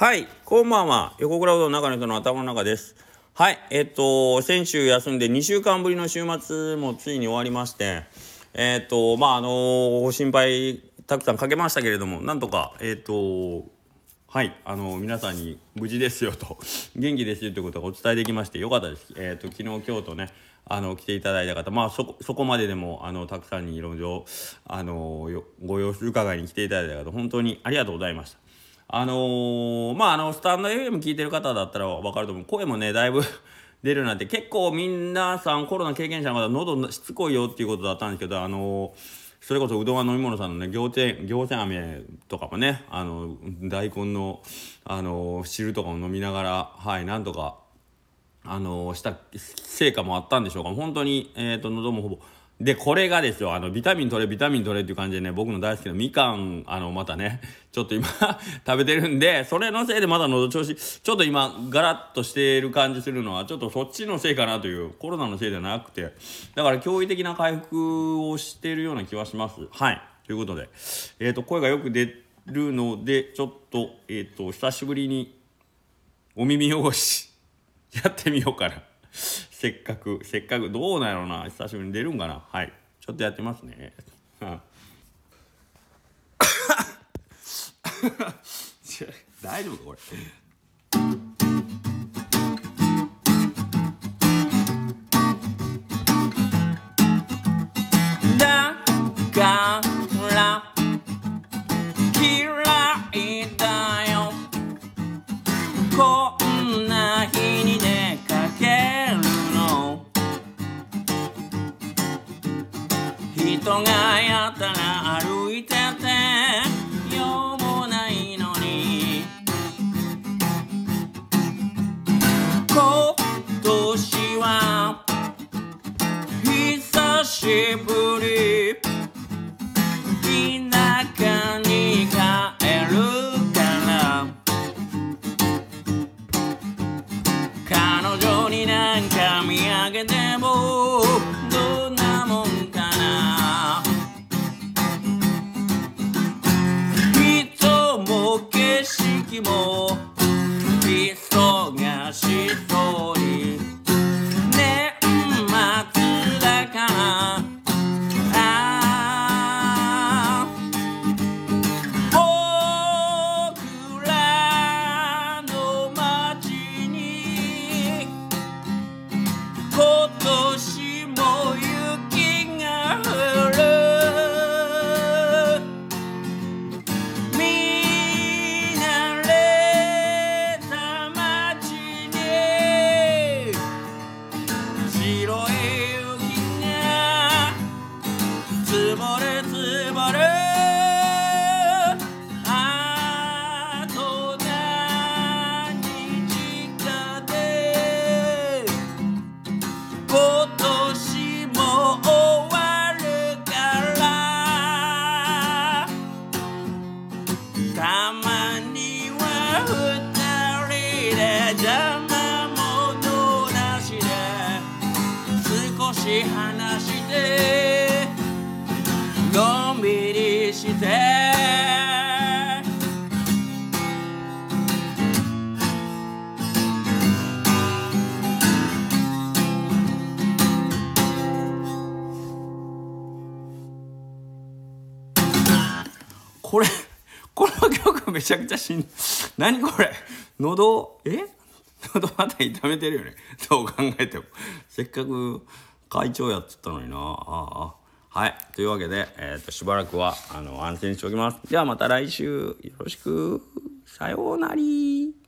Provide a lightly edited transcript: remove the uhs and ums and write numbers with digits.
はい、こんばんは。横倉うどんの中の人の頭の中です。はい、先週休んで2週間ぶりの週末もついに終わりまして、心配たくさんかけましたけれども、なんとか、はい、皆さんに無事ですよと、元気ですよということがお伝えできましてよかったです。昨日、今日とね、来ていただいた方、そこまででもたくさんにいろいろご様子伺いに来ていただいた方、本当にありがとうございました。スタンド FM 聞いてる方だったら分かると思う。声もねだいぶ出るようになって、結構皆さんコロナ経験者の方喉しつこいよっていうことだったんですけど、それこそうどんは飲み物さんのね行船飴とかもね、大根の汁とかを飲みながら、はいなんとかした成果もあったんでしょうか。本当に喉もほぼで、これがですよ、ビタミン取れっていう感じでね、僕の大好きなみかんまたねちょっと今食べてるんで、それのせいでまだ喉調子ちょっと今ガラッとしてる感じするのはちょっとそっちのせいかなという、コロナのせいではなくて、だから驚異的な回復をしているような気はします。はい、ということで声がよく出るので、ちょっと久しぶりにお耳汚しやってみようかな。せっかくどうなんやろうな、久しぶりに出るんかな。はい、ちょっとやってますね。大丈夫かこれ。だから嫌いだよ、こんな日に出かけるの。人がやたら歩いてて用もないのに、今年は久しぶり田舎に帰るから、彼女になんか見上げてもどんなもんかな。人も景色も忙しそうに、年末だから僕らの街に今年も雪が降る。見慣れた街に白い雪が積もるあと何日かで今年も終わるから、たまには二人で邪魔者なしで少し話してのんびりして、この曲めちゃくちゃ何これ、喉また痛めてるよね、どう考えても。せっかく会長やっつったのにな。はい、というわけで、しばらくは安静にしておきます。ではまた来週よろしく。さようなり。